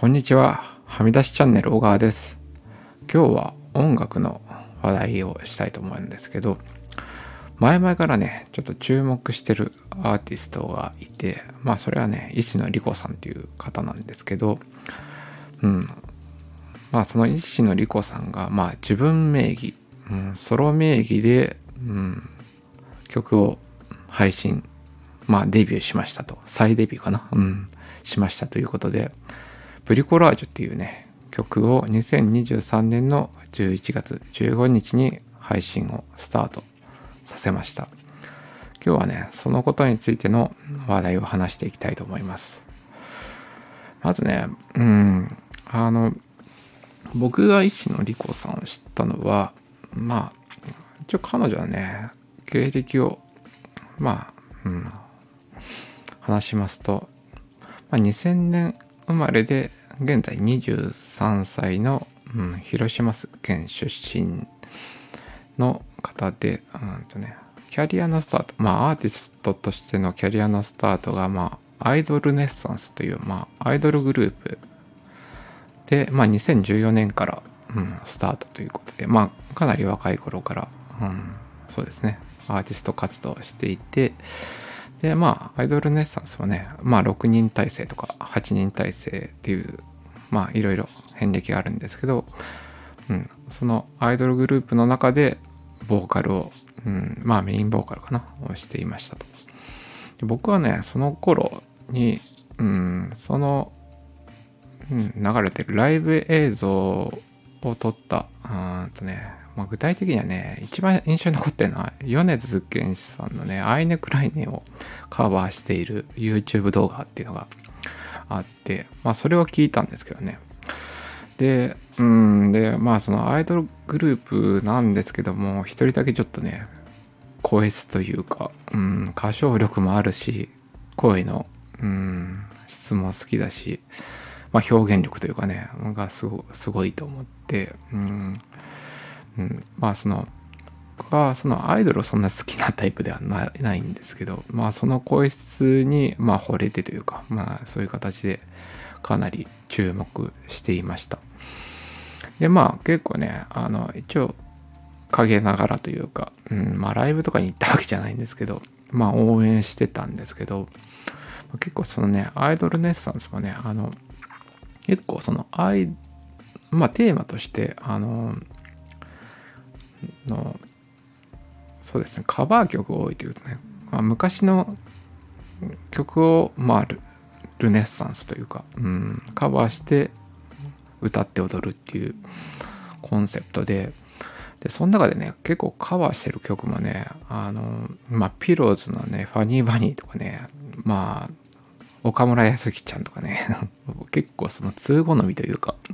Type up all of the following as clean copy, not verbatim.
こんにちは。はみ出しチャンネル小川です。今日は音楽の話題をしたいと思うんですけど、前々からね、ちょっと注目してるアーティストがいて、それはね、石野莉子さんっていう方なんですけど、その石野莉子さんが、自分名義、ソロ名義で、曲を配信、デビューしましたと。再デビューかな、しましたということで、ブリコラージュっていうね、曲を2023年の11月15日に配信をスタートさせました。今日はね、そのことについての話題を話していきたいと思います。まずね、僕が石野莉子さんを知ったのは、一応彼女はね、経歴を、話しますと、2000年生まれで現在23歳の、広島県出身の方で、キャリアのスタート、アーティストとしてのキャリアのスタートが、アイドルネッサンスという、アイドルグループで、2014年から、スタートということで、かなり若い頃から、そうですね、アーティスト活動をしていて、でアイドルネッサンスはね、6人体制とか8人体制っていういろいろ遍歴があるんですけど、そのアイドルグループの中でボーカルを、メインボーカルかなをしていましたと。で僕はね、その頃に、その、流れてるライブ映像を撮った具体的にはね、一番印象に残ってるのは米津玄師さんのね、アイネ・クライネをカバーしている YouTube 動画っていうのがあって、それを聞いたんですけどね。で、そのアイドルグループなんですけども、一人だけちょっとね、声質というか、歌唱力もあるし、声の、質も好きだし、表現力というかね、がすごいと思って、僕はそのアイドルをそんな好きなタイプではないんですけど、その声質に惚れてというか、そういう形でかなり注目していました。で結構ね、一応陰ながらというか、ライブとかに行ったわけじゃないんですけど、応援してたんですけど、結構そのね、アイドルネッサンスもね、結構そのテーマとしてそうですね、カバー曲が多いというとね、昔の曲をルネッサンスというか、カバーして歌って踊るっていうコンセプトで、その中でね、結構カバーしてる曲もね、ピローズのね、ファニーバニーとかね、岡村康之ちゃんとかね結構その通好みというか、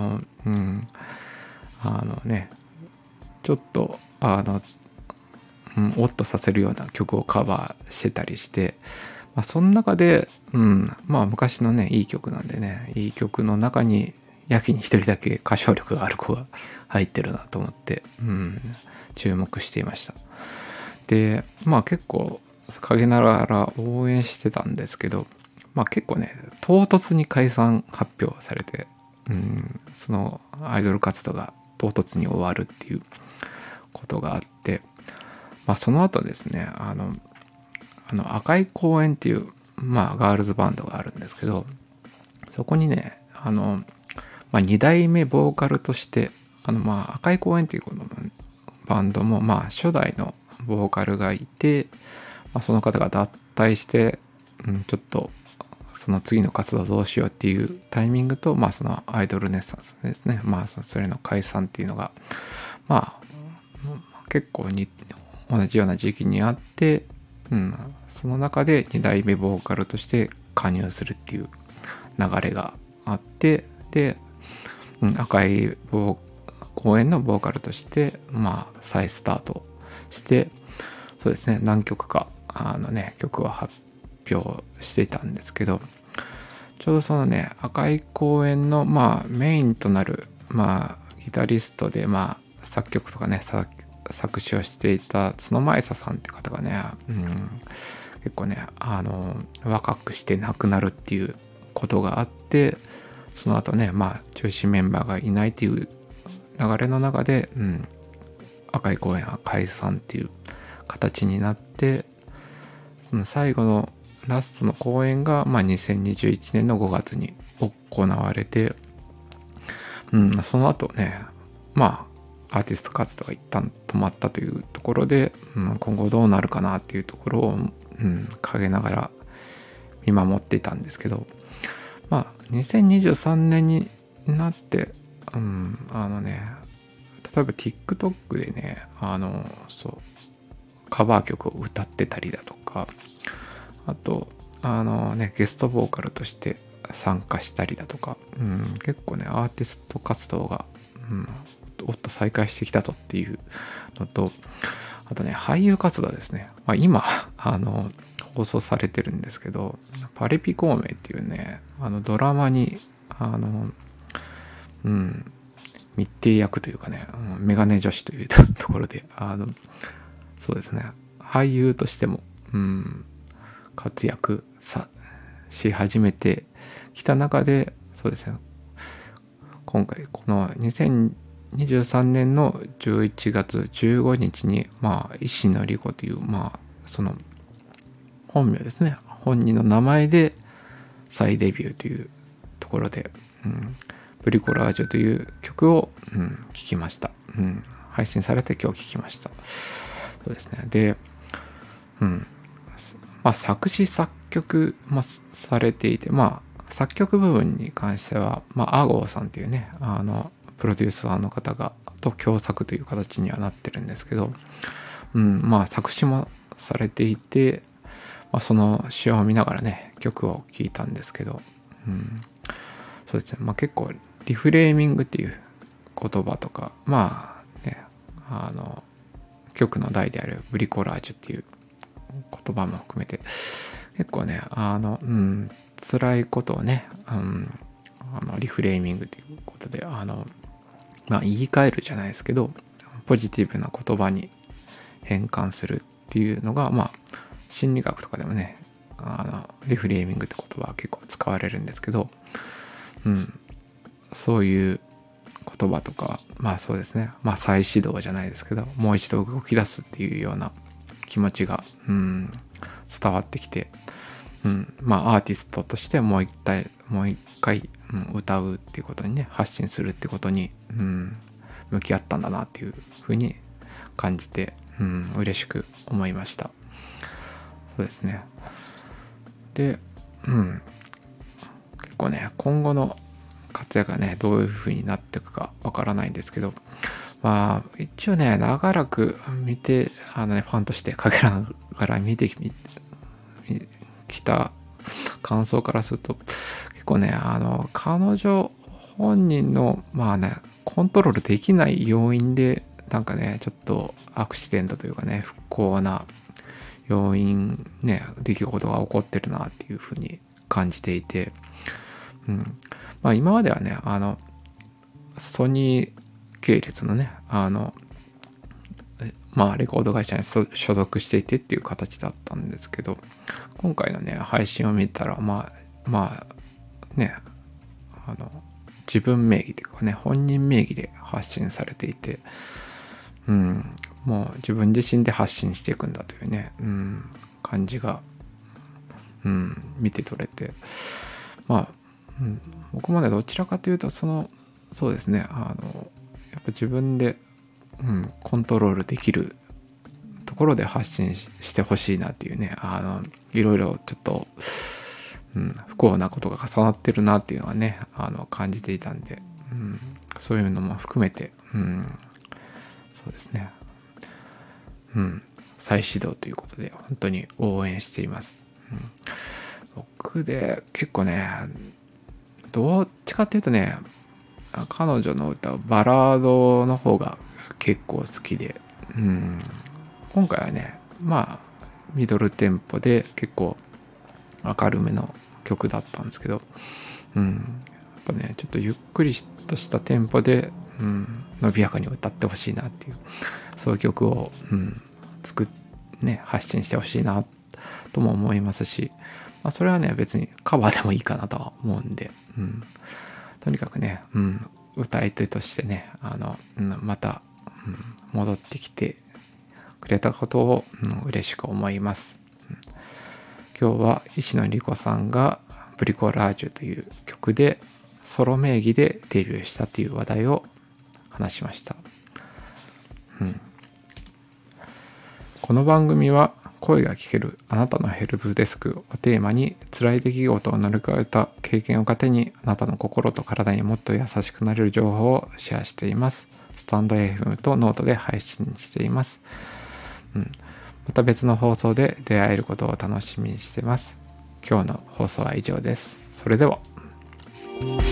ちょっとオッとさせるような曲をカバーしてたりして、その中で、昔のね、いい曲なんでね、いい曲の中にやけに一人だけ歌唱力がある子が入ってるなと思って、注目していました。で結構陰ながら応援してたんですけど、結構ね、唐突に解散発表されて、そのアイドル活動が唐突に終わるっていうことがあって、その後ですね、赤い公園っていう、ガールズバンドがあるんですけど、そこにね、2代目ボーカルとして、赤い公園っていうこのバンドも、初代のボーカルがいて、その方が脱退して、ちょっとその次の活動どうしようっていうタイミングと、そのアイドルネッサンスですね、それの解散っていうのが結構に同じような時期にあって、その中で2代目ボーカルとして加入するっていう流れがあって、で、赤い公演のボーカルとして再スタートして、そうですね、何曲か曲を発表していたんですけど、ちょうどそのね、赤い公園のメインとなるギタリストで作曲とかね、作詞をしていた角間愛沙さんって方がね、結構ね若くして亡くなるっていうことがあって、 その後ね、中心メンバーがいないっていう流れの中で、赤い公園は解散っていう形になって、最後のラストの公演が、2021年の5月に行われて、その後ね、アーティスト活動が一旦止まったというところで、今後どうなるかなっていうところを、陰ながら見守っていたんですけど、2023年になって、例えば TikTok でね、カバー曲を歌ってたりだとか、あとゲストボーカルとして参加したりだとか、結構ねアーティスト活動が、おっと再開してきたとっていうのと、あとね俳優活動ですね。今放送されてるんですけど、パリピ孔明っていうねドラマに密偵役というかね、メガネ女子というところでそうですね、俳優としても、活躍し始めてきた中で、そうですね、今回この2023年の11月15日に石野莉子というその本名ですね、本人の名前で再デビューというところで、ブリコラージュという曲を、聴きました。配信されて今日聴きました。そうですね。で、作詞作曲、されていて、作曲部分に関しては、アゴーさんっていうね、プロデューサーの方がと共作という形にはなってるんですけど、作詞もされていて、その詩を見ながらね曲を聴いたんですけど、そうですね、結構リフレーミングっていう言葉とか、曲の題であるブリコラージュっていう言葉も含めて結構ね辛いことをねリフレーミングということで言い換えるじゃないですけど、ポジティブな言葉に変換するっていうのが心理学とかでもねリフレーミングって言葉は結構使われるんですけど、そういう言葉とかそうですね、再始動じゃないですけど、もう一度動き出すっていうような気持ちが伝わってきて、アーティストとしてもう一回、歌うっていうことにね、発信するってことに、向き合ったんだなっていうふうに感じて、嬉しく思いました。そうですね。で、結構ね今後の活躍がねどういうふうになっていくかわからないんですけど、一応ね長らく見てファンとして陰ながら見てきた感想からすると、結構ね彼女本人のコントロールできない要因でちょっとアクシデントというかね不幸な要因ね出来事が起こってるなっていうふうに感じていて、今まではねソニー系列のねレコード会社に所属していてっていう形だったんですけど、今回のね配信を見たら自分名義というかね本人名義で発信されていて、もう自分自身で発信していくんだというね、感じが、見て取れて、僕までどちらかというとそうですねやっぱ自分で、コントロールできるところで発信してほしいなっていうねいろいろちょっと、不幸なことが重なってるなっていうのはね感じていたんで、そういうのも含めて、そうですね、再始動ということで本当に応援しています。僕で結構ねどっちかっていうとね彼女の歌はバラードの方が結構好きで、今回はねミドルテンポで結構明るめの曲だったんですけど、やっぱねちょっとゆっくりとしたテンポで、伸びやかに歌ってほしいなっていう、そういう曲を、発信してほしいなとも思いますし、それはね別にカバーでもいいかなとは思うんで、 とにかくね、歌い手としてねまた、戻ってきてくれたことを、嬉しく思います。今日は石野莉子さんがブリコラージュという曲でソロ名義でデビューしたという話題を話しました。この番組は声が聞けるあなたのヘルプデスクをテーマに辛い出来事を乗り越えた経験を糧にあなたの心と体にもっと優しくなれる情報をシェアしています。スタンド FM とノートで配信しています。また別の放送で出会えることを楽しみにしています。今日の放送は以上です。それでは。